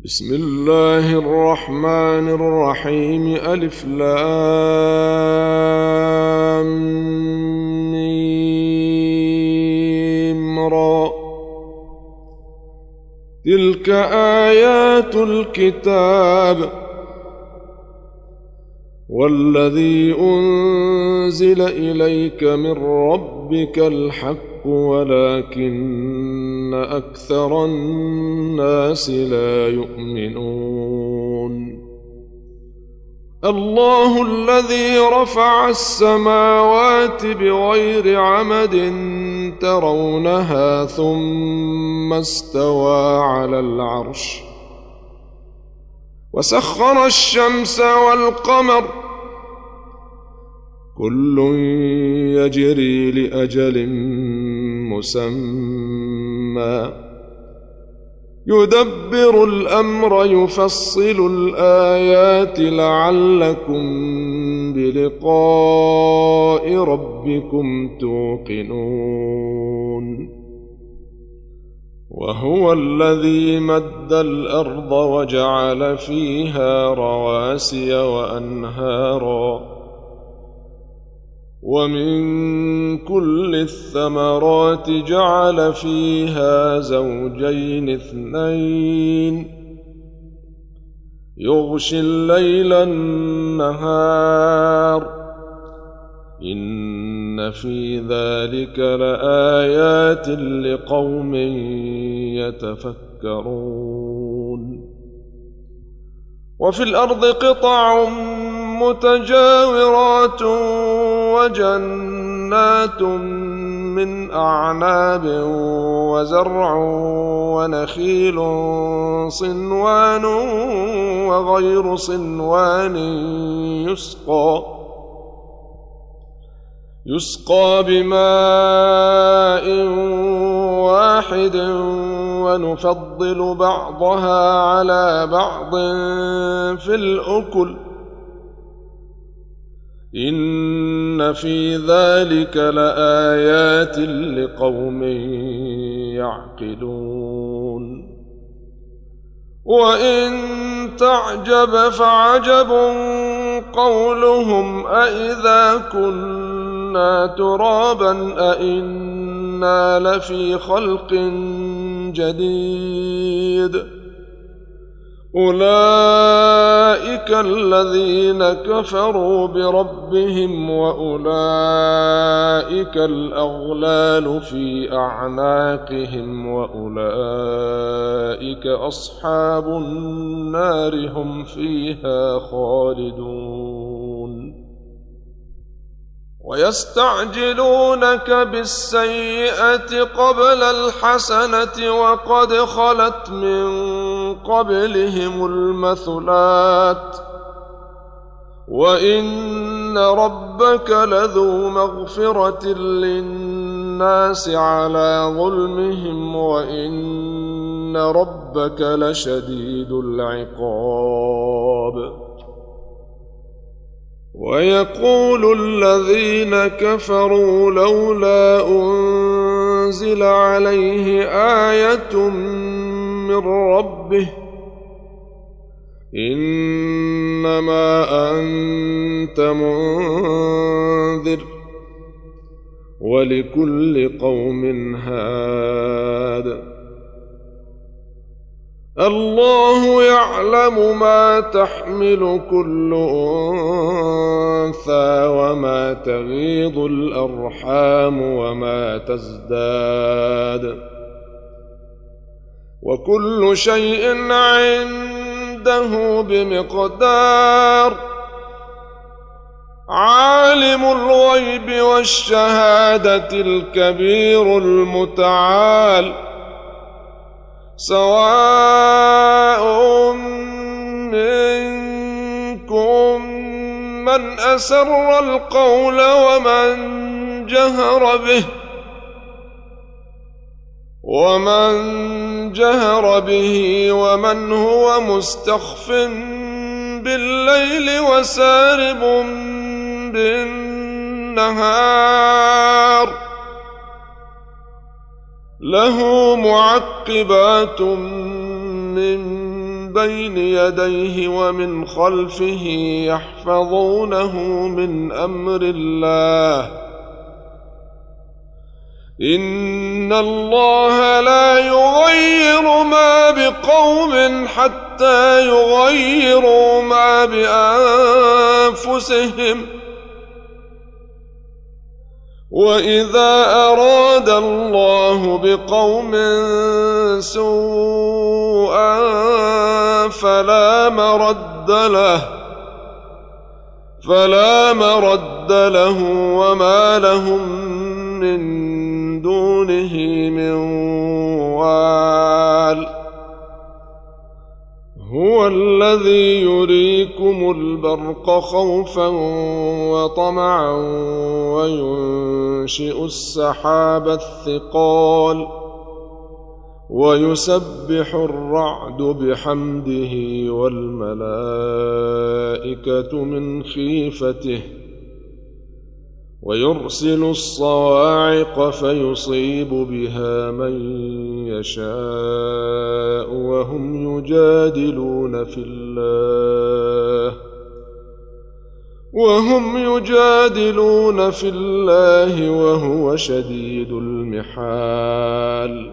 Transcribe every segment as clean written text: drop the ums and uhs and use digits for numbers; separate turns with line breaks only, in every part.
بسم الله الرحمن الرحيم ألف لام ميم را تلك آيات الكتاب والذي أنزل إليك من ربك الحق ولكن أكثر الناس لا يؤمنون الله الذي رفع السماوات بغير عمد ترونها ثم استوى على العرش وسخر الشمس والقمر كل يجري لأجل مسمى يدبر الأمر يفصل الآيات لعلكم بلقاء ربكم توقنون وهو الذي مد الأرض وجعل فيها رواسي وأنهارا ومن كل الثمرات جعل فيها زوجين اثنين يغشي الليل النهار إن في ذلك لآيات لقوم يتفكرون وفي الأرض قطع متجاورات وجنات من أعناب وزرع ونخيل صنوان وغير صنوان يسقى بماء واحد ونفضل بعضها على بعض في الأكل إن في ذلك لآيات لقوم يعقلون وإن تعجب فعجب قولهم أإذا كنا ترابا أإنا لفي خلق جديد أولئك الذين كفروا بربهم وأولئك الأغلال في أعناقهم وأولئك أصحاب النار هم فيها خالدون ويستعجلونك بالسيئة قبل الحسنة وقد خلت من قبلهم المثلات وإن ربك لذو مغفرة للناس على ظلمهم وإن ربك لشديد العقاب ويقول الذين كفروا لولا أنزل عليه آية من ربه إنما أنت منذر ولكل قوم هاد الله يعلم ما تحمل كل أنثى وما تغيض الأرحام وما تزداد وكل شيء عنده بمقدار عالم الغيب والشهادة الكبير المتعال سواء منكم من أسر القول ومن جهر به ومن هو مستخف بالليل وسارب بالنهار له معقبات من بين يديه ومن خلفه يحفظونه من أمر الله إن الله لا يغير ما بقوم حتى يغيروا ما بأنفسهم وإذا أراد الله بقوم سوءا فلا مرد له وما لهم من دونه من وال هو الذي يريكم البرق خوفا وطمعا وينشئ السحاب الثقال ويسبح الرعد بحمده والملائكة من خيفته ويرسل الصواعق فيصيب بها من يشاء وهم يجادلون في الله وهو شديد المحال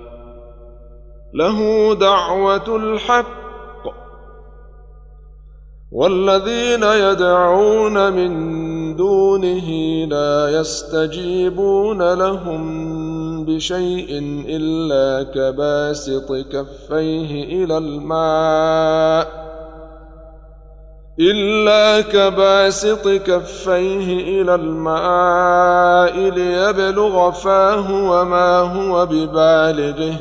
له دعوة الحق والذين يدعون من دونه لا يستجيبون لهم بشيء إلا كباسط كفيه إلى الماء ليبلغ فاه وما هو ببالغه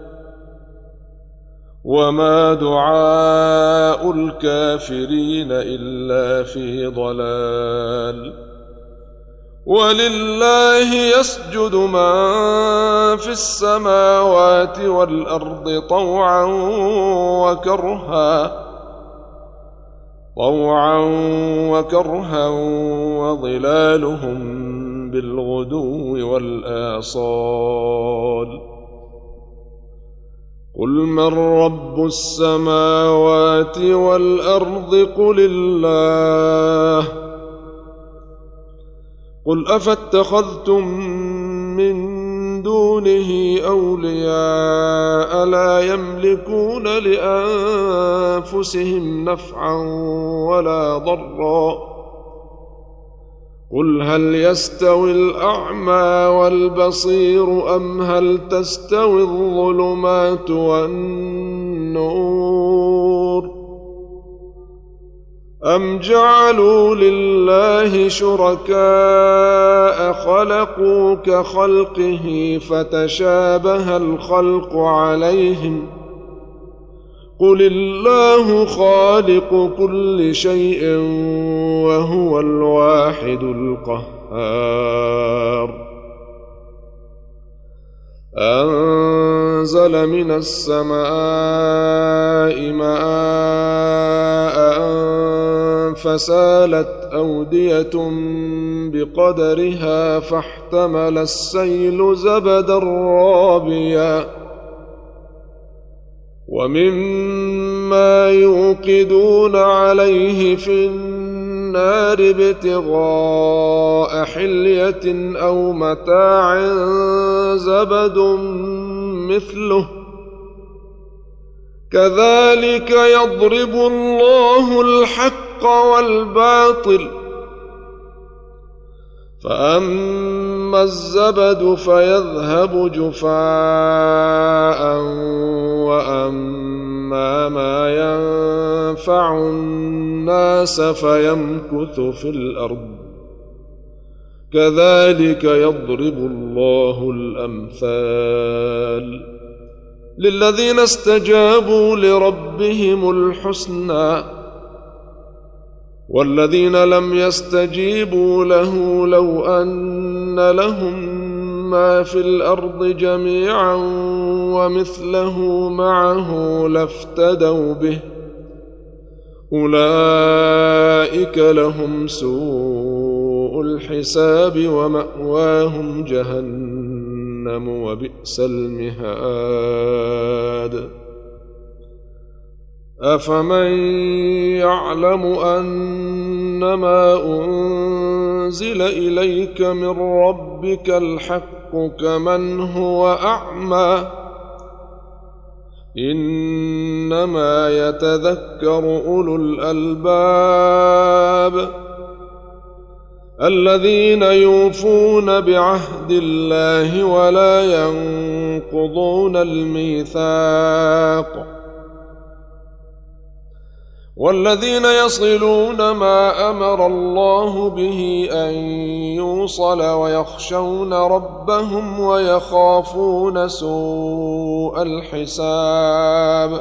وما دعاء الكافرين إلا في ضلال ولله يسجد من في السماوات والأرض طوعا وكرها وظلالهم بالغدو والآصال قل من رب السماوات والأرض قل الله قل أفاتخذتم من دونه أولياء لا يملكون لأنفسهم نفعا ولا ضرا قل هل يستوي الأعمى والبصير أم هل تستوي الظلمات والنور أم جعلوا لله شركاء خلقوا كخلقه فتشابه الخلق عليهم قل الله خالق كل شيء وهو الواحد القهار أنزل من السماء ماء فسالت أودية بقدرها فاحتمل السيل زبدا رابيا ومما يوقدون عليه في النار ابتغاء حلية أو متاع زبد مثله كذلك يضرب الله الحق والباطل فأما الزبد فيذهب جفاء وأما ما ينفع الناس فيمكث في الأرض كذلك يضرب الله الأمثال للذين استجابوا لربهم الحسنى والذين لم يستجيبوا له لو أن لهم ما في الأرض جميعا ومثله معه لافتدوا به أولئك لهم سوء الحساب ومأواهم جهنم وبئس المهاد أفمن يعلم أنما أنزل إليك من ربك الحق كمن هو أعمى إنما يتذكر أولو الألباب الذين يوفون بعهد الله ولا ينقضون الميثاق والذين يصلون ما أمر الله به أن يوصل ويخشون ربهم ويخافون سوء الحساب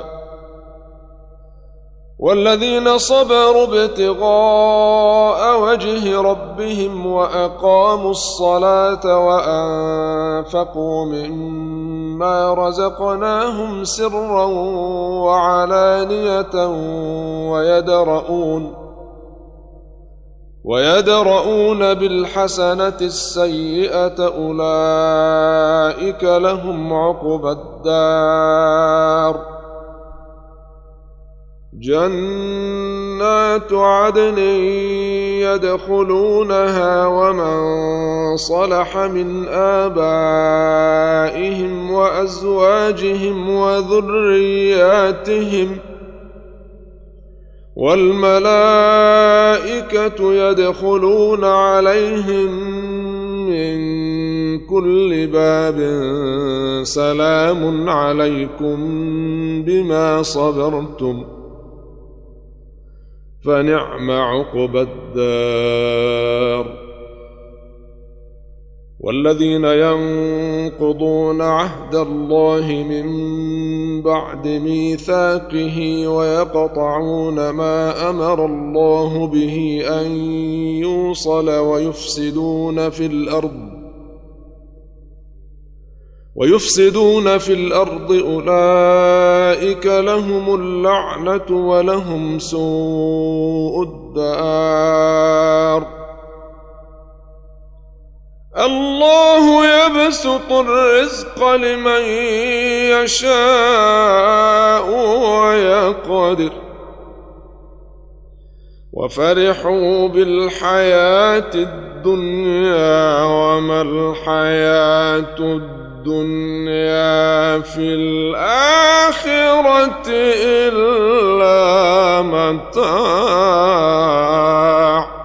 والذين صبروا ابتغاء وجه ربهم وأقاموا الصلاة وأنفقوا مما رزقناهم سرا وعلانية ويدرؤون بالحسنة السيئة أولئك لهم عقبى الدار جنات عدن يدخلونها ومن صلح من آبائهم وأزواجهم وذرياتهم والملائكة يدخلون عليهم من كل باب سلام عليكم بما صبرتم فنعم عقبى الدار والذين ينقضون عهد الله من بعد ميثاقه ويقطعون ما أمر الله به أن يوصل ويفسدون في الأرض أولئك لهم اللعنة ولهم سوء الدار الله يبسط الرزق لمن يشاء ويقدر وفرحوا بالحياة الدنيا وما الحياة الدنيا في الآخرة إلا متاع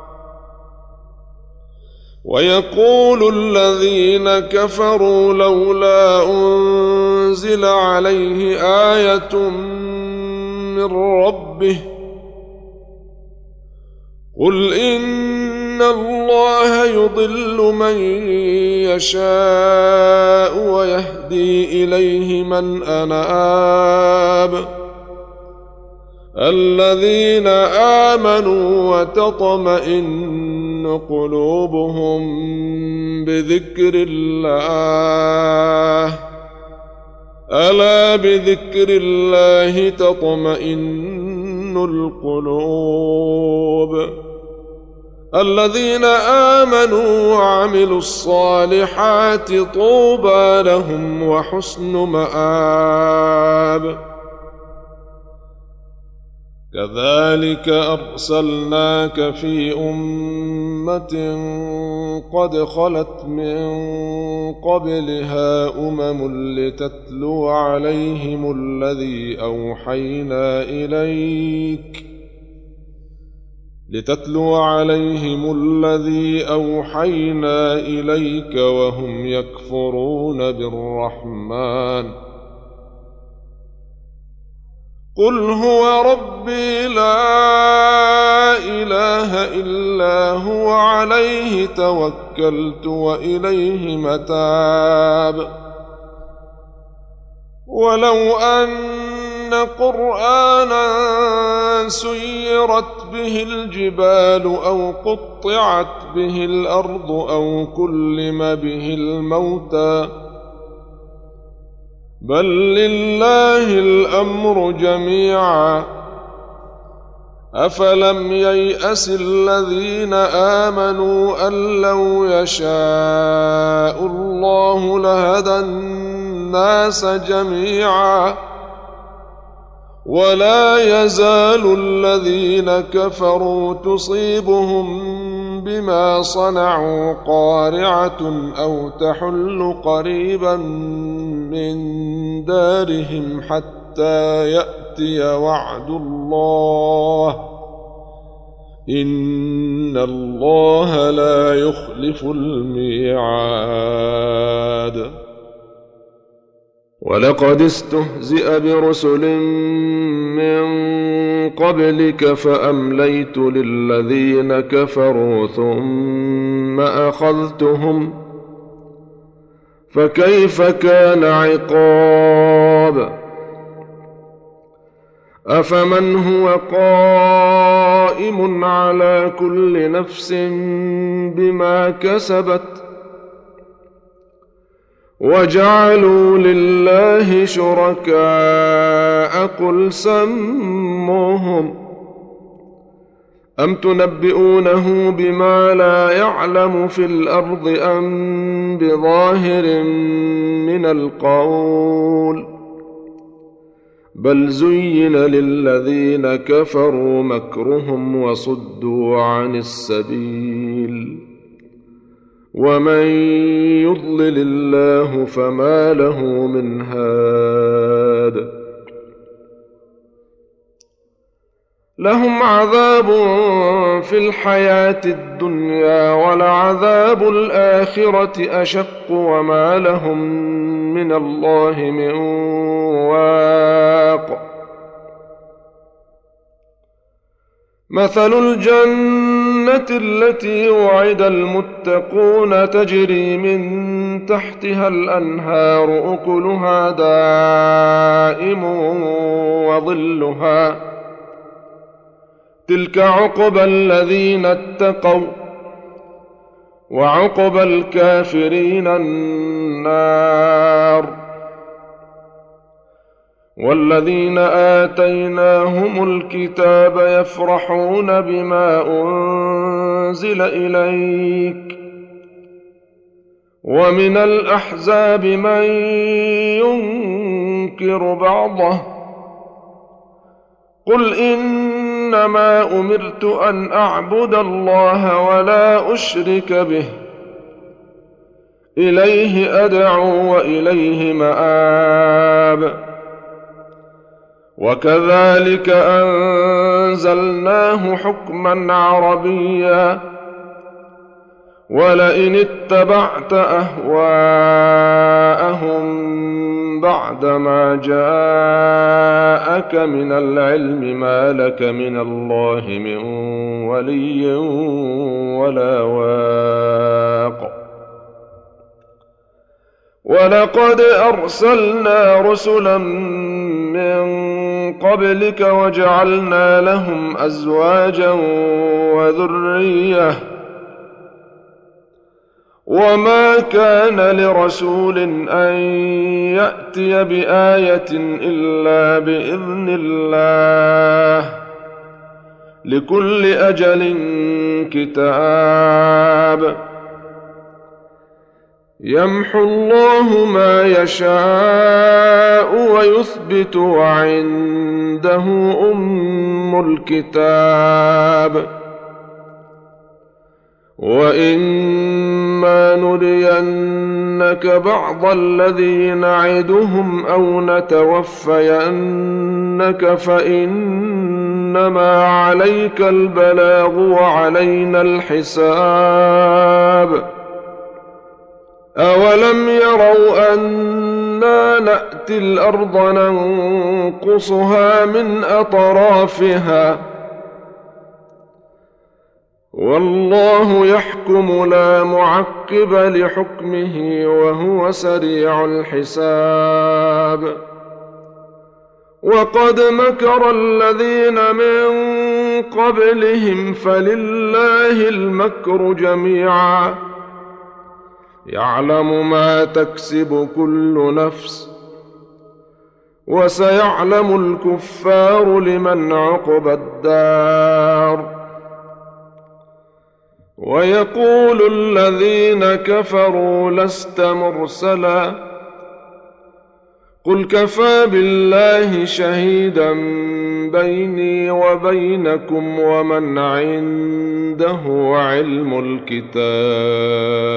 ويقول الذين كفروا لولا أنزل عليه آية من ربه قل إن الله يضل من يشاء ويهدي إليه من أناب الذين آمنوا وتطمئن قلوبهم بذكر الله ألا بذكر الله تطمئن القلوب الذين آمنوا وعملوا الصالحات طوبى لهم وحسن مآب كذلك أرسلناك في أمة قد خلت من قبلها لتتلو عليهم الذي أوحينا إليك وهم يكفرون بالرحمن قل هو ربي لا إله إلا هو عليه توكلت وإليه متاب ولو أن قرآنا سيرت به الجبال أو قطعت به الأرض أو كلم به الموتى بل لله الأمر جميعا أفلم ييأس الذين آمنوا أن لو يشاء الله لهدى الناس جميعا ولا يزال الذين كفروا تصيبهم بما صنعوا قارعة أو تحل قريبا من دارهم حتى يأتي وعد الله إن الله لا يخلف الميعاد. ولقد استهزئ برسل من قبلك فأمليت للذين كفروا ثم أخذتهم فكيف كان عقاب. أفمن هو قائم على كل نفس بما كسبت وجعلوا لله شركاء قل سموهم أم تنبئونه بما لا يعلم في الأرض أم بظاهر من القول بل زين للذين كفروا مكرهم وصدوا عن السبيل ومن يضلل الله فما له من هاد. لهم عذاب في الحياة الدنيا ولعذاب الآخرة أشق وما لهم من الله من واق. مثل الجنة التي وعد المتقون تجري من تحتها الأنهار أكلها دائم وظلها تلك عقبى الذين اتقوا وعقبى الكافرين النار. والذين آتيناهم الكتاب يفرحون بما أنزل إليك ومن الأحزاب من ينكر بعضه قل إنما أمرت أن أعبد الله ولا أشرك به إليه أدعو وإليه مآب. وكذلك أنزلناه حكما عربيا ولئن اتبعت أهواءهم بعدما جاءك من العلم ما لك من الله من ولي ولا واق. ولقد أرسلنا رسلا من قبلك وجعلنا لهم أزواجا وذرية وما كان لرسول أن يأتي بآية إلا بإذن الله لكل أجل كتاب. يمحو الله ما يشاء ويثبت وعنده أم الكتاب. وإما نرينك بعض الذي نعدهم أو نتوفينك فإنما عليك البلاغ وعلينا الحساب. أولم يروا أنا نأتي الأرض ننقصها من أطرافها والله يحكم لا معقب لحكمه وهو سريع الحساب. وقد مكر الذين من قبلهم فلله المكر جميعا يعلم ما تكسب كل نفس وسيعلم الكفار لمن عقبى الدار. ويقول الذين كفروا لست مرسلا قل كفى بالله شهيدا بيني وبينكم ومن عنده علم الكتاب.